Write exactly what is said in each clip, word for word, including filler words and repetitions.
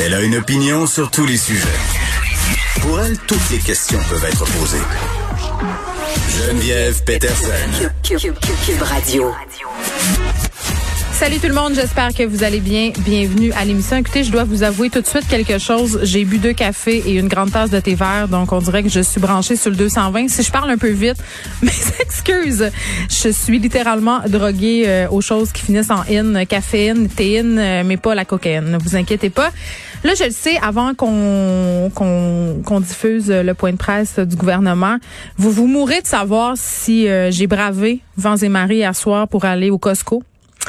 Elle a une opinion sur tous les sujets. Pour elle, toutes les questions peuvent être posées. Geneviève Peterson. Cube, Cube, Cube, Cube Radio. Salut tout le monde, j'espère que vous allez bien. Bienvenue à l'émission. Écoutez, je dois vous avouer tout de suite quelque chose. J'ai bu deux cafés et une grande tasse de thé vert, donc on dirait que je suis branchée sur le deux cent vingt. Si je parle un peu vite, mes excuses. Je suis littéralement droguée euh, aux choses qui finissent en in, caféine, théine, euh, mais pas la cocaïne. Ne vous inquiétez pas. Là, je le sais, avant qu'on qu'on qu'on diffuse le point de presse du gouvernement, vous vous mourrez de savoir si euh, j'ai bravé vents et marées hier soir pour aller au Costco.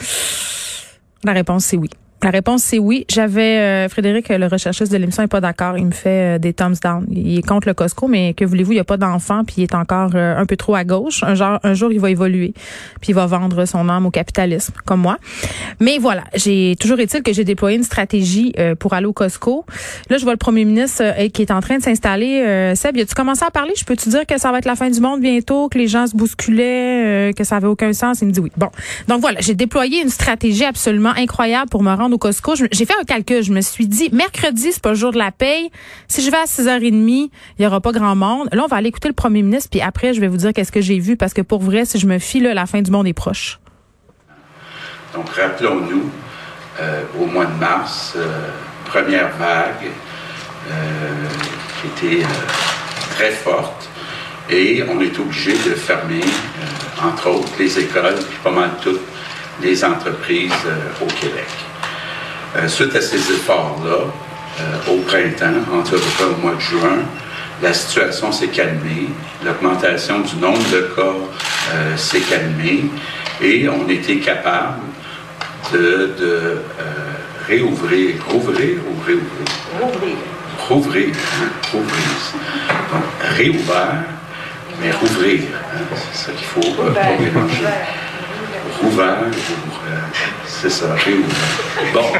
La réponse, c'est oui. La réponse, c'est oui. J'avais euh, Frédéric, le recherchiste de l'émission, n'est pas d'accord. Il me fait euh, des thumbs down. Il est contre le Costco, mais que voulez-vous, il n'y a pas d'enfant, puis il est encore euh, un peu trop à gauche. Un, genre, un jour, il va évoluer, puis il va vendre son âme au capitalisme, comme moi. Mais voilà, j'ai toujours est-il que j'ai déployé une stratégie euh, pour aller au Costco. Là, je vois le premier ministre euh, qui est en train de s'installer. Euh, Seb, as-tu commencé à parler? Je peux te dire que ça va être la fin du monde bientôt, que les gens se bousculaient, euh, que ça avait aucun sens? Il me dit oui. Bon, donc voilà, j'ai déployé une stratégie absolument incroyable pour me rendre au Costco. J'ai fait un calcul. Je me suis dit, mercredi, c'est pas le jour de la paye. Si je vais à six heures trente, il y aura pas grand monde. Là, on va aller écouter le premier ministre, puis après, je vais vous dire qu'est-ce que j'ai vu, parce que pour vrai, si je me fie, là, la fin du monde est proche. Donc, rappelons-nous, euh, au mois de mars, euh, première vague euh, qui était euh, très forte, et on est obligé de fermer, euh, entre autres, les écoles, puis pas mal toutes les entreprises euh, au Québec. Euh, suite à ces efforts-là, euh, au printemps, entre autres au mois de juin, la situation s'est calmée, l'augmentation du nombre de cas euh, s'est calmée, et on était capable de, de euh, réouvrir, rouvrir ou réouvrir? Rouvrir. Rouvrir, hein, rouvrir. Donc, réouvert, mais rouvrir, hein, c'est ça qu'il faut euh, pas mélanger. Rouvert, rouvert, c'est ça, réouvert. Bon.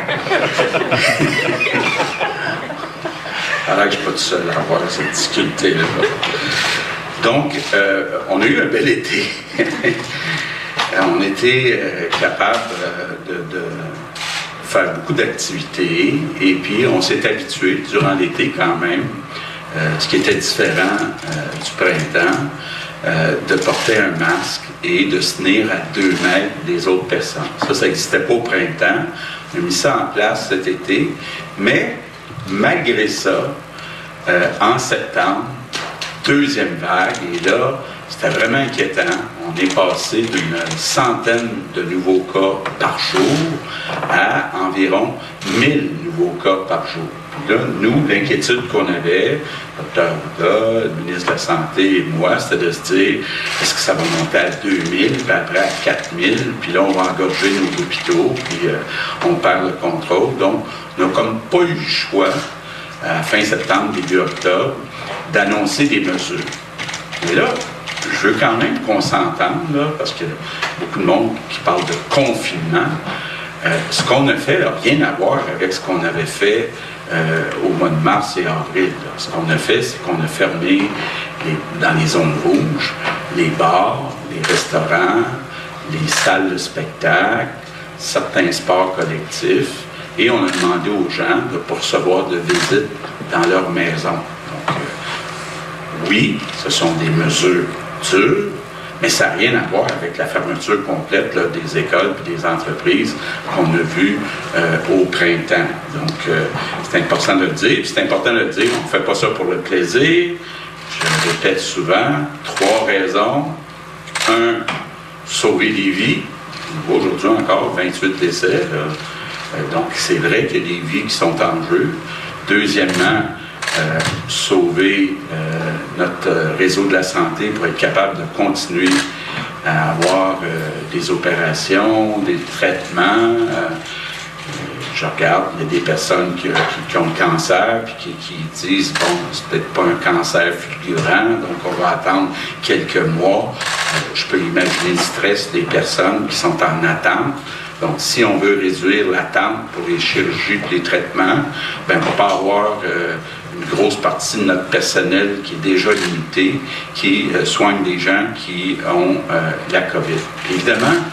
Alors que je ne suis pas tout seul à avoir cette difficulté-là. Donc, euh, on a eu un bel été. On était euh, capable de, de faire beaucoup d'activités, et puis on s'est habitué durant l'été quand même, euh, ce qui était différent euh, du printemps, euh, de porter un masque et de se tenir à deux mètres des autres personnes. Ça, ça n'existait pas au printemps. On a mis ça en place cet été, mais malgré ça, euh, en septembre, deuxième vague, et là, c'était vraiment inquiétant. On est passé d'une centaine de nouveaux cas par jour à environ mille nouveaux cas par jour. Puis là, nous, l'inquiétude qu'on avait, docteur Bouda, le ministre de la Santé et moi, c'était de se dire, est-ce que ça va monter à deux mille, puis après à quatre mille, puis là, on va engorger nos hôpitaux, puis euh, on perd le contrôle. Donc, on n'a comme pas eu le choix, à fin septembre, début octobre, d'annoncer des mesures. Mais là, je veux quand même qu'on s'entende, là, parce qu'il y a beaucoup de monde qui parle de confinement. Euh, ce qu'on a fait n'a rien à voir avec ce qu'on avait fait euh, au mois de mars et avril. Là. Ce qu'on a fait, c'est qu'on a fermé les, dans les zones rouges les bars, les restaurants, les salles de spectacle, certains sports collectifs, et on a demandé aux gens de ne pas recevoir de visite dans leur maison. Donc, euh, oui, ce sont des mesures dures, mais ça n'a rien à voir avec la fermeture complète là, des écoles et des entreprises qu'on a vues euh, au printemps. Donc, euh, c'est important de le dire. Puis c'est important de le dire, on ne fait pas ça pour le plaisir. Je le répète souvent, trois raisons. Un, sauver des vies. Aujourd'hui encore, vingt-huit décès. Là. Euh, donc, c'est vrai qu'il y a des vies qui sont en jeu. Deuxièmement, Euh, sauver euh, notre euh, réseau de la santé pour être capable de continuer à avoir euh, des opérations, des traitements. Euh, je regarde, il y a des personnes qui, qui, qui ont le cancer puis qui, qui disent, bon, c'est peut-être pas un cancer fulgurant, donc on va attendre quelques mois. Euh, je peux imaginer le stress des personnes qui sont en attente. Donc, si on veut réduire l'attente pour les chirurgies et les traitements, ben, on ne va pas avoir euh, une grosse partie de notre personnel qui est déjà limité, qui euh, soigne des gens qui ont euh, la COVID. Puis, évidemment,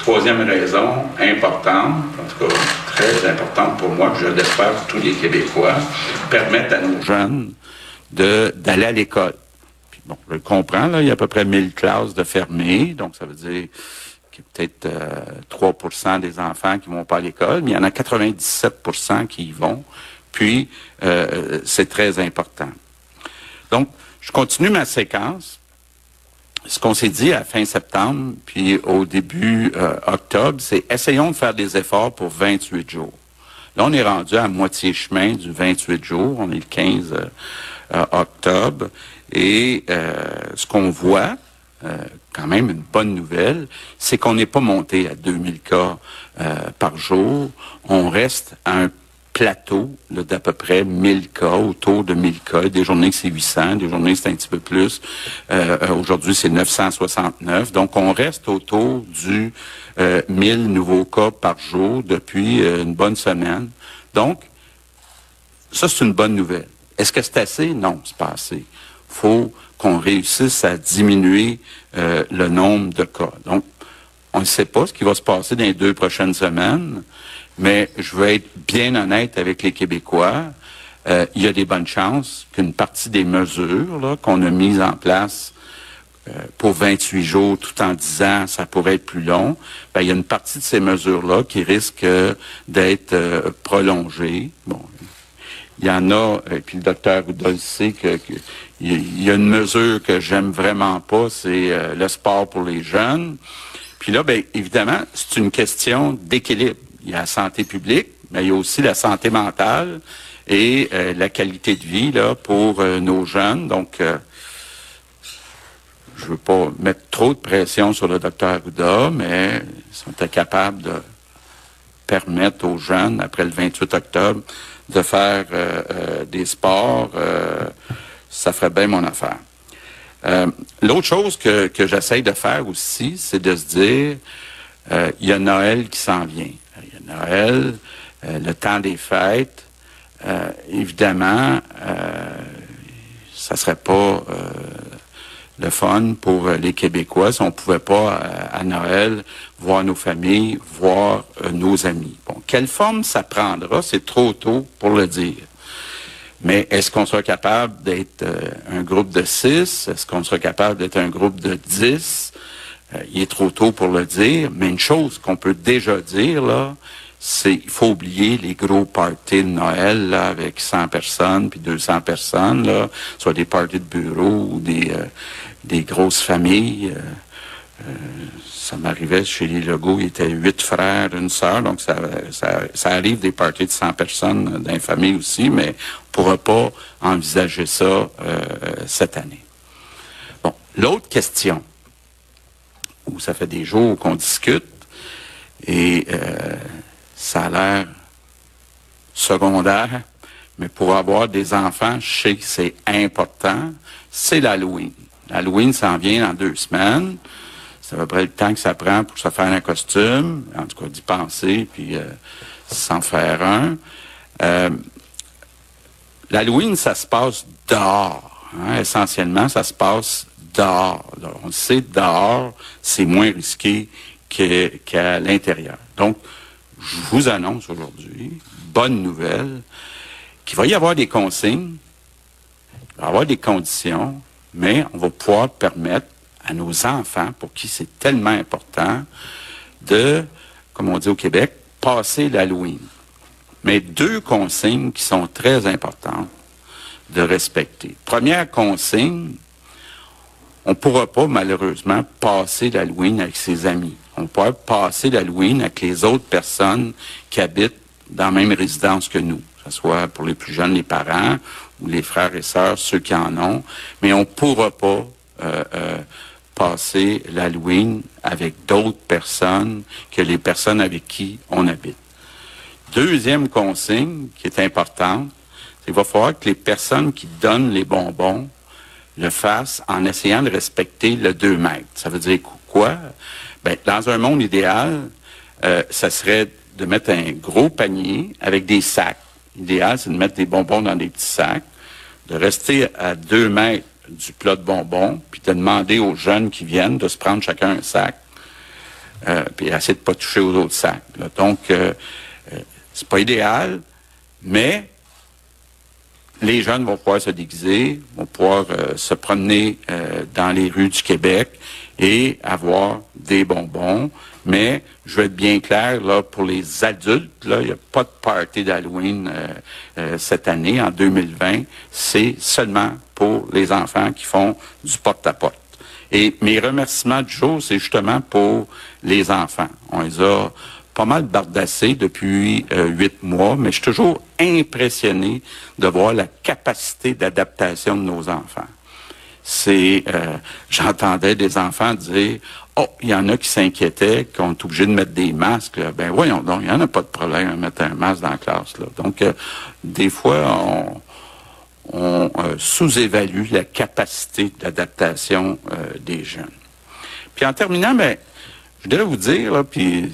troisième raison importante, en tout cas très importante pour moi, que je l'espère pour tous les Québécois, permettre à nos jeunes de, d'aller à l'école. Puis bon, je le comprends, là, il y a à peu près mille classes de fermées, donc ça veut dire qu'il y a peut-être euh, trois pour cent des enfants qui vont pas à l'école, mais il y en a quatre-vingt-dix-sept pour cent qui y vont, puis euh, c'est très important. Donc, je continue ma séquence. Ce qu'on s'est dit à fin septembre, puis au début euh, octobre, c'est essayons de faire des efforts pour vingt-huit jours. Là, on est rendu à moitié chemin du vingt-huit jours. On est le quinze euh, octobre. Et euh, ce qu'on voit, euh, quand même une bonne nouvelle, c'est qu'on n'est pas monté à deux mille cas euh, par jour. On reste à un plateau là, d'à peu près mille cas, autour de mille cas. Des journées que c'est huit cents, des journées que c'est un petit peu plus. Euh, aujourd'hui, c'est neuf cent soixante-neuf. Donc, on reste autour du euh, mille nouveaux cas par jour depuis euh, une bonne semaine. Donc, ça, c'est une bonne nouvelle. Est-ce que c'est assez? Non, c'est pas assez. Faut qu'on réussisse à diminuer euh, le nombre de cas. Donc, on ne sait pas ce qui va se passer dans les deux prochaines semaines. Mais je veux être bien honnête avec les Québécois. Euh, il y a des bonnes chances qu'une partie des mesures là, qu'on a mises en place euh, pour vingt-huit jours, tout en disant ça pourrait être plus long, ben, il y a une partie de ces mesures-là qui risquent euh, d'être euh, prolongées. Bon, il y en a, et puis le docteur Rudolph sait que, que il y a une mesure que j'aime vraiment pas, c'est euh, le sport pour les jeunes. Puis là, ben évidemment, c'est une question d'équilibre. Il y a la santé publique, mais il y a aussi la santé mentale et euh, la qualité de vie là pour euh, nos jeunes. Donc, euh, je veux pas mettre trop de pression sur le docteur Arruda, mais ils sont capables de permettre aux jeunes, après le vingt-huit octobre, de faire euh, euh, des sports. Euh, ça ferait bien mon affaire. Euh, l'autre chose que, que j'essaye de faire aussi, c'est de se dire, euh, il y a Noël qui s'en vient. Il y a Noël, euh, le temps des fêtes. Euh, évidemment, euh, ça serait pas euh, le fun pour les Québécois si on pouvait pas, à, à Noël, voir nos familles, voir euh, nos amis. Bon, quelle forme ça prendra, c'est trop tôt pour le dire. Mais est-ce qu'on sera capable d'être euh, un groupe de six? Est-ce qu'on sera capable d'être un groupe de dix? Euh, il est trop tôt pour le dire, mais une chose qu'on peut déjà dire, là, c'est qu'il faut oublier les gros parties de Noël, là, avec cent personnes puis deux cents personnes, là, soit des parties de bureau ou des, euh, des grosses familles. Euh, euh, ça m'arrivait chez les Legault, il était huit frères, une sœur, donc ça, ça, ça arrive des parties de cent personnes dans les familles aussi, mais on ne pourra pas envisager ça euh, cette année. Bon, l'autre question, où ça fait des jours qu'on discute, et euh, ça a l'air secondaire, mais pour avoir des enfants, je sais que c'est important, c'est l'Halloween. L'Halloween s'en vient dans deux semaines. C'est à peu près le temps que ça prend pour se faire un costume, en tout cas d'y penser, puis euh, s'en faire un. Euh, L'Halloween, ça se passe dehors. Hein, essentiellement, ça se passe dehors. Là, on le sait, dehors, c'est moins risqué que, qu'à l'intérieur. Donc, je vous annonce aujourd'hui, bonne nouvelle, qu'il va y avoir des consignes, il va y avoir des conditions, mais on va pouvoir permettre à nos enfants, pour qui c'est tellement important, de, comme on dit au Québec, passer l'Halloween. Mais deux consignes qui sont très importantes de respecter. Première consigne, on ne pourra pas, malheureusement, passer l'Halloween avec ses amis. On pourra passer l'Halloween avec les autres personnes qui habitent dans la même résidence que nous, que ce soit pour les plus jeunes, les parents, ou les frères et sœurs, ceux qui en ont, mais on ne pourra pas euh, euh, passer l'Halloween avec d'autres personnes que les personnes avec qui on habite. Deuxième consigne qui est importante, c'est qu'il va falloir que les personnes qui donnent les bonbons le fassent en essayant de respecter le deux mètres. Ça veut dire quoi? Ben, dans un monde idéal, euh, ça serait de mettre un gros panier avec des sacs. L'idéal, c'est de mettre des bonbons dans des petits sacs, de rester à deux mètres du plat de bonbons, puis de demander aux jeunes qui viennent de se prendre chacun un sac. euh, puis essayer de pas toucher aux autres sacs. Là. Donc, euh, euh, c'est pas idéal, mais les jeunes vont pouvoir se déguiser, vont pouvoir euh, se promener euh, dans les rues du Québec et avoir des bonbons. Mais je vais être bien clair, là, pour les adultes, là, il n'y a pas de party d'Halloween euh, euh, cette année, en deux mille vingt. C'est seulement pour les enfants qui font du porte-à-porte. Et mes remerciements du jour, c'est justement pour les enfants. On les a pas mal bardassés depuis euh, huit mois, mais je suis toujours impressionné de voir la capacité d'adaptation de nos enfants. C'est, euh, j'entendais des enfants dire, oh, il y en a qui s'inquiétaient qu'on est obligé de mettre des masques. Là. Ben voyons donc, il n'y en a pas de problème à mettre un masque dans la classe. Là. Donc, euh, des fois, on, on euh, sous-évalue la capacité d'adaptation euh, des jeunes. Puis en terminant, ben, je voudrais vous dire, là, puis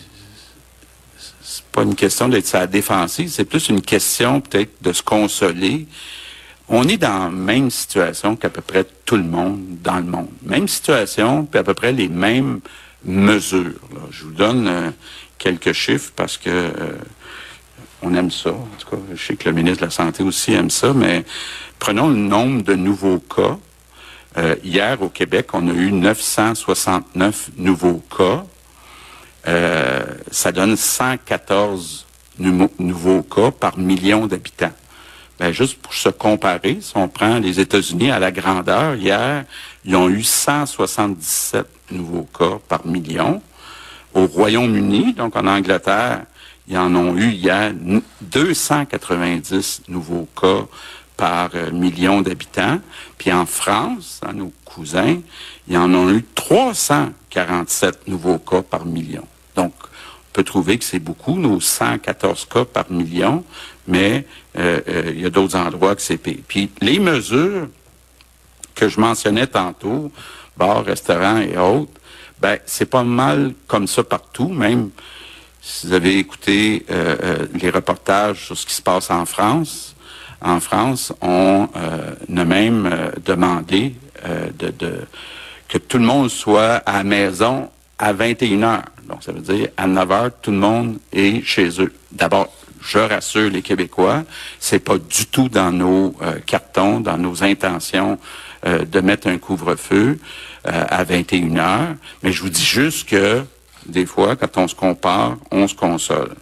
c'est pas une question d'être sur la défensive, c'est plus une question peut-être de se consoler. On est dans la même situation qu'à peu près tout le monde dans le monde. Même situation, puis à peu près les mêmes mesures. Là. Je vous donne euh, quelques chiffres parce que euh, on aime ça. En tout cas, je sais que le ministre de la Santé aussi aime ça, mais prenons le nombre de nouveaux cas. Euh, hier, au Québec, on a eu neuf cent soixante-neuf nouveaux cas. Euh, ça donne cent quatorze nou- nouveaux cas par million d'habitants. Ben, juste pour se comparer, si on prend les États-Unis à la grandeur, hier, ils ont eu cent soixante-dix-sept nouveaux cas par million. Au Royaume-Uni, donc en Angleterre, ils en ont eu hier deux cent quatre-vingt-dix nouveaux cas par euh, million d'habitants. Puis en France, hein, nos cousins, ils en ont eu trois cent quarante-sept nouveaux cas par million. Donc, on peut trouver que c'est beaucoup, nos cent quatorze cas par million, mais euh, euh, il y a d'autres endroits que c'est pire. Puis les mesures que je mentionnais tantôt, bars, restaurants et autres, ben c'est pas mal comme ça partout, même si vous avez écouté euh, euh, les reportages sur ce qui se passe en France. En France, on euh, a même euh, demandé euh, de, de que tout le monde soit à la maison à vingt et une heures. Donc, ça veut dire à neuf heures, tout le monde est chez eux. D'abord, je rassure les Québécois, c'est pas du tout dans nos euh, cartons, dans nos intentions euh, de mettre un couvre-feu euh, à vingt et une heures. Mais je vous dis juste que, des fois, quand on se compare, on se console.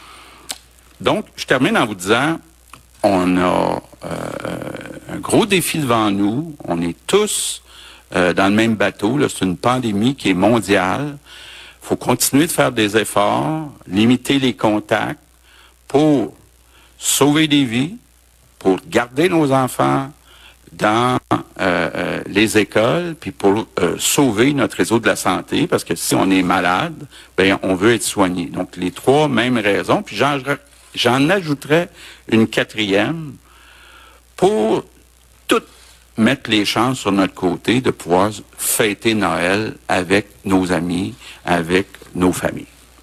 Donc, je termine en vous disant, on a euh, un gros défi devant nous. On est tous euh, dans le même bateau. Là, c'est une pandémie qui est mondiale. Il faut continuer de faire des efforts, limiter les contacts pour sauver des vies, pour garder nos enfants dans euh, euh, les écoles, puis pour euh, sauver notre réseau de la santé, parce que si on est malade, ben on veut être soigné. Donc, les trois mêmes raisons. Puis j'en, j'en ajouterais une quatrième pour tout mettre les chances sur notre côté de pouvoir fêter Noël avec nos amis, avec nos familles.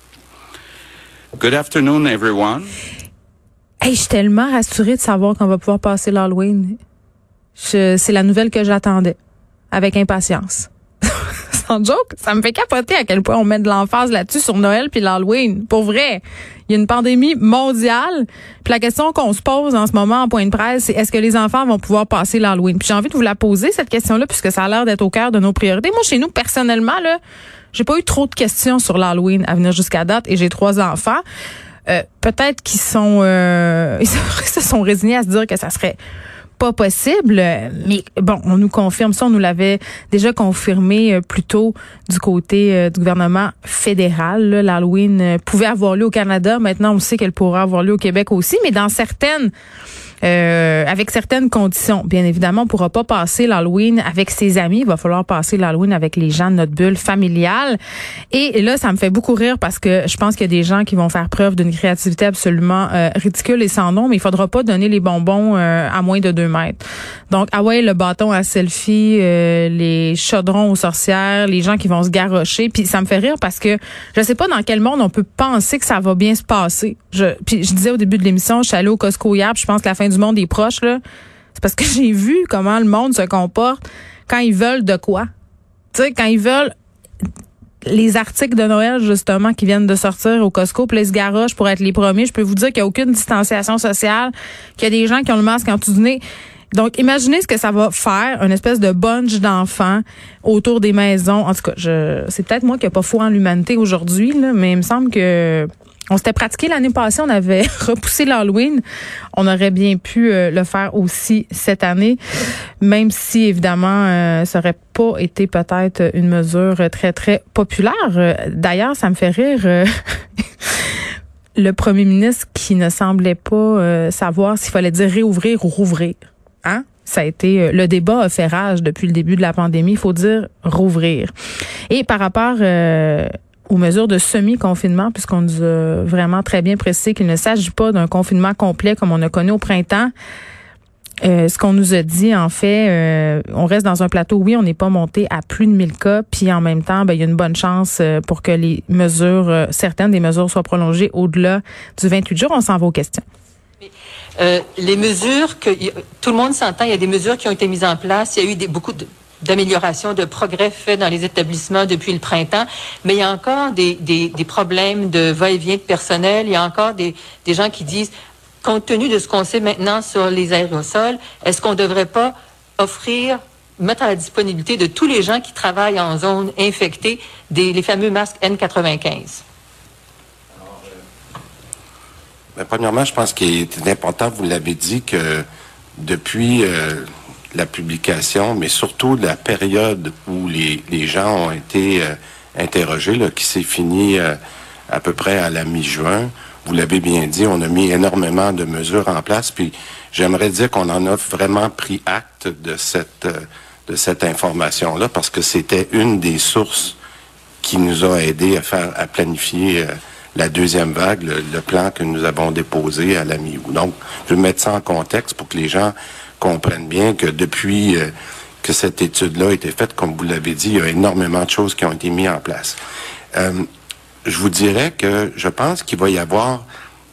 Good afternoon, everyone. Hey, je suis tellement rassurée de savoir qu'on va pouvoir passer l'Halloween. Je, c'est la nouvelle que j'attendais, avec impatience. Sans joke, ça me fait capoter à quel point on met de l'emphase là-dessus sur Noël puis l'Halloween. Pour vrai, il y a une pandémie mondiale. Puis la question qu'on se pose en ce moment en point de presse, c'est est-ce que les enfants vont pouvoir passer l'Halloween? Puis j'ai envie de vous la poser, cette question-là, puisque ça a l'air d'être au cœur de nos priorités. Moi, chez nous, personnellement, là, j'ai pas eu trop de questions sur l'Halloween à venir jusqu'à date et j'ai trois enfants. Euh, peut-être qu'ils sont, euh, ils se sont résignés à se dire que ça serait pas possible, mais bon, on nous confirme ça, on nous l'avait déjà confirmé plus tôt du côté euh, du gouvernement fédéral. Là, l'Halloween euh, pouvait avoir lieu au Canada, maintenant on sait qu'elle pourra avoir lieu au Québec aussi, mais dans certaines Euh, avec certaines conditions. Bien évidemment, on ne pourra pas passer l'Halloween avec ses amis. Il va falloir passer l'Halloween avec les gens de notre bulle familiale. Et là, ça me fait beaucoup rire parce que je pense qu'il y a des gens qui vont faire preuve d'une créativité absolument euh, ridicule et sans nom, mais il faudra pas donner les bonbons euh, à moins de deux mètres. Donc, ah ouais, le bâton à selfie, euh, les chaudrons aux sorcières, les gens qui vont se garrocher. Puis ça me fait rire parce que je sais pas dans quel monde on peut penser que ça va bien se passer. Je, puis je disais au début de l'émission, je suis allée au Costco hier, puis je pense que la fin du monde est proche, là. C'est parce que j'ai vu comment le monde se comporte quand ils veulent de quoi. Tu sais, quand ils veulent les articles de Noël, justement, qui viennent de sortir au Costco, puis les garoches pour être les premiers. Je peux vous dire qu'il n'y a aucune distanciation sociale, qu'il y a des gens qui ont le masque en dessous du nez. Donc, imaginez ce que ça va faire, une espèce de bunch d'enfants autour des maisons. En tout cas, je, c'est peut-être moi qui n'ai pas foi en l'humanité aujourd'hui, là, mais il me semble que on s'était pratiqué l'année passée, on avait repoussé l'Halloween. On aurait bien pu euh, le faire aussi cette année, même si, évidemment, euh, ça n'aurait pas été peut-être une mesure très, très populaire. Euh, d'ailleurs, ça me fait rire... Euh, le premier ministre qui ne semblait pas euh, savoir s'il fallait dire réouvrir ou rouvrir. Hein? Ça a été euh, le débat a fait rage depuis le début de la pandémie. Il faut dire rouvrir. Et par rapport euh, aux mesures de semi-confinement, puisqu'on nous a vraiment très bien précisé qu'il ne s'agit pas d'un confinement complet comme on a connu au printemps. Euh, ce qu'on nous a dit, en fait, euh, on reste dans un plateau. Oui, on n'est pas monté à plus de mille cas, puis en même temps, ben, il y a une bonne chance euh, pour que les mesures, euh, certaines des mesures soient prolongées au-delà du vingt-huit jours. On s'en va aux questions. Euh, les mesures que y, tout le monde s'entend, il y a des mesures qui ont été mises en place. Il y a eu des, beaucoup de, d'améliorations, de progrès faits dans les établissements depuis le printemps, mais il y a encore des, des, des problèmes de va-et-vient de personnel. Il y a encore des, des gens qui disent, compte tenu de ce qu'on sait maintenant sur les aérosols, est-ce qu'on ne devrait pas offrir, mettre à la disponibilité de tous les gens qui travaillent en zone infectée des, les fameux masques N quatre-vingt-quinze? Ben, premièrement, je pense qu'il est important, vous l'avez dit, que depuis euh, la publication, mais surtout la période où les, les gens ont été euh, interrogés, là, qui s'est fini euh, à peu près à la mi-juin, vous l'avez bien dit, on a mis énormément de mesures en place, puis j'aimerais dire qu'on en a vraiment pris acte de cette, euh, de cette information-là, parce que c'était une des sources qui nous a aidés à faire, à planifier euh, la deuxième vague, le, le plan que nous avons déposé à la mi-août. Donc, je vais mettre ça en contexte pour que les gens comprennent bien que depuis euh, que cette étude-là a été faite, comme vous l'avez dit, il y a énormément de choses qui ont été mises en place. Euh, je vous dirais que je pense qu'il va y avoir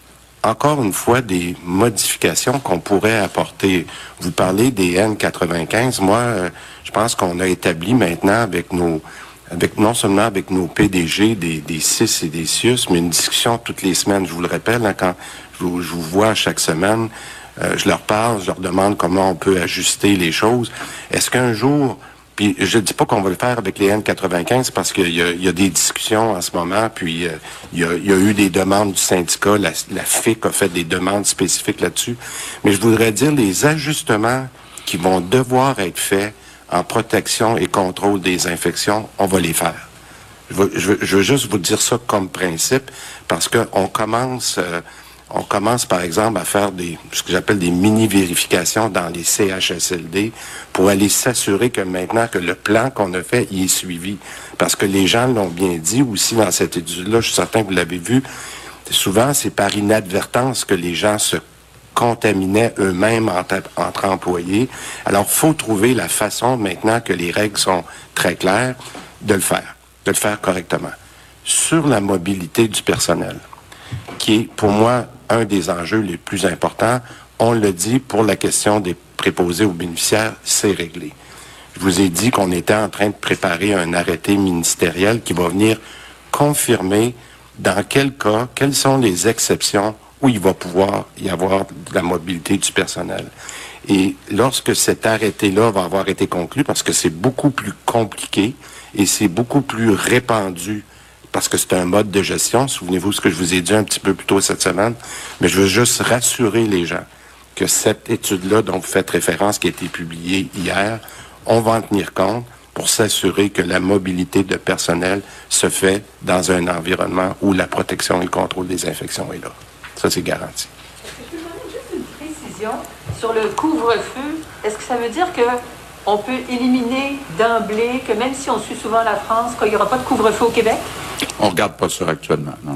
encore une fois des modifications qu'on pourrait apporter. Vous parlez des N quatre-vingt-quinze. Moi, euh, je pense qu'on a établi maintenant avec nos avec non seulement avec nos P D G des, des C I S et des C I U S, mais une discussion toutes les semaines. Je vous le rappelle, hein, quand je vous, je vous vois chaque semaine, euh, je leur parle, je leur demande comment on peut ajuster les choses. Est-ce qu'un jour, puis je ne dis pas qu'on va le faire avec les N quatre-vingt-quinze parce qu'il y a, il y a des discussions en ce moment, puis euh, il, y a, il y a eu des demandes du syndicat, la, la F I C a fait des demandes spécifiques là-dessus, mais je voudrais dire les ajustements qui vont devoir être faits en protection et contrôle des infections, on va les faire. Je veux, je veux, je veux juste vous dire ça comme principe, parce que on commence, euh, on commence par exemple à faire des, ce que j'appelle des mini-vérifications dans les C H S L D pour aller s'assurer que maintenant que le plan qu'on a fait, il est suivi. Parce que les gens l'ont bien dit aussi dans cette étude-là, je suis certain que vous l'avez vu, souvent c'est par inadvertance que les gens se contaminaient eux-mêmes entre, entre employés. Alors, il faut trouver la façon, maintenant que les règles sont très claires, de le faire, de le faire correctement. Sur la mobilité du personnel, qui est, pour moi, un des enjeux les plus importants, on le dit, pour la question des préposés aux bénéficiaires, c'est réglé. Je vous ai dit qu'on était en train de préparer un arrêté ministériel qui va venir confirmer dans quel cas, quelles sont les exceptions où il va pouvoir y avoir de la mobilité du personnel. Et lorsque cet arrêté-là va avoir été conclu, parce que c'est beaucoup plus compliqué et c'est beaucoup plus répandu, parce que c'est un mode de gestion, souvenez-vous ce que je vous ai dit un petit peu plus tôt cette semaine, mais je veux juste rassurer les gens que cette étude-là dont vous faites référence, qui a été publiée hier, on va en tenir compte pour s'assurer que la mobilité de personnel se fait dans un environnement où la protection et le contrôle des infections est là. Ça, c'est garanti. Est-ce que je peux donner juste une précision sur le couvre-feu? Est-ce que ça veut dire qu'on peut éliminer d'emblée, que même si on suit souvent la France, qu'il n'y aura pas de couvre-feu au Québec? On ne regarde pas ça actuellement, non.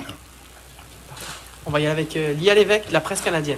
On va y aller avec euh, Lia Lévesque, de la presse canadienne.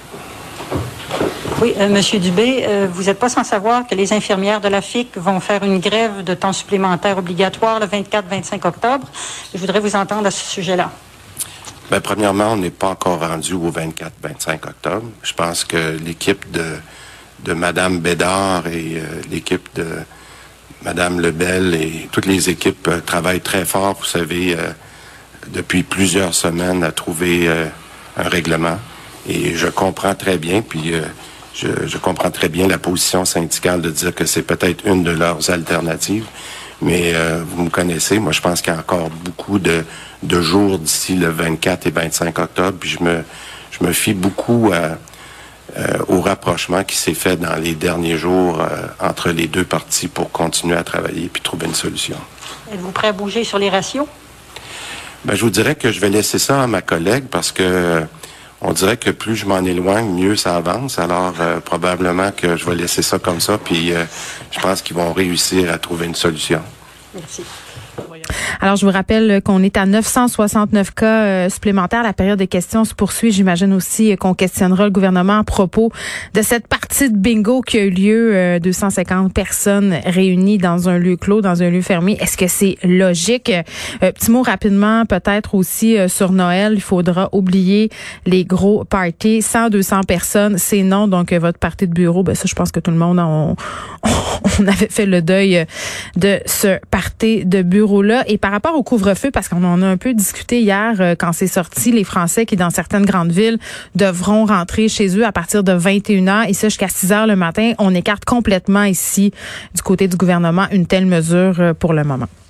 Oui, euh, Monsieur Dubé, euh, vous n'êtes pas sans savoir que les infirmières de la F I C vont faire une grève de temps supplémentaire obligatoire le vingt-quatre vingt-cinq octobre. Je voudrais vous entendre à ce sujet-là. Bien, premièrement, on n'est pas encore rendu au vingt-quatre vingt-cinq octobre. Je pense que l'équipe de, de Mme Bédard et euh, l'équipe de, Madame Lebel et toutes les équipes euh, travaillent très fort, vous savez, euh, depuis plusieurs semaines à trouver euh, un règlement. Et je comprends très bien, puis euh, je, je comprends très bien la position syndicale de dire que c'est peut-être une de leurs alternatives. Mais euh, vous me connaissez, moi je pense qu'il y a encore beaucoup de, de jours d'ici le vingt-quatre et vingt-cinq octobre, puis je me, je me fie beaucoup à, euh, au rapprochement qui s'est fait dans les derniers jours euh, entre les deux parties pour continuer à travailler puis trouver une solution. Êtes-vous prêt à bouger sur les ratios? Ben, je vous dirais que je vais laisser ça à ma collègue parce que euh, on dirait que plus je m'en éloigne, mieux ça avance. Alors, euh, probablement que je vais laisser ça comme ça, puis euh, je pense qu'ils vont réussir à trouver une solution. Merci. Alors, je vous rappelle qu'on est à neuf cent soixante-neuf cas euh, supplémentaires. La période de questions se poursuit. J'imagine aussi euh, qu'on questionnera le gouvernement à propos de cette partie de bingo qui a eu lieu. Euh, deux cent cinquante personnes réunies dans un lieu clos, dans un lieu fermé. Est-ce que c'est logique? Euh, petit mot rapidement, peut-être aussi euh, sur Noël. Il faudra oublier les gros parties. cent, deux cents personnes, c'est non. Donc, euh, votre party de bureau, ben ça, je pense que tout le monde, on, on avait fait le deuil de ce party de bureau-là. Et par rapport au couvre-feu, parce qu'on en a un peu discuté hier euh, quand c'est sorti, les Français qui, dans certaines grandes villes, devront rentrer chez eux à partir de vingt et une heures et ça jusqu'à six heures le matin. On écarte complètement ici, du côté du gouvernement, une telle mesure euh, pour le moment.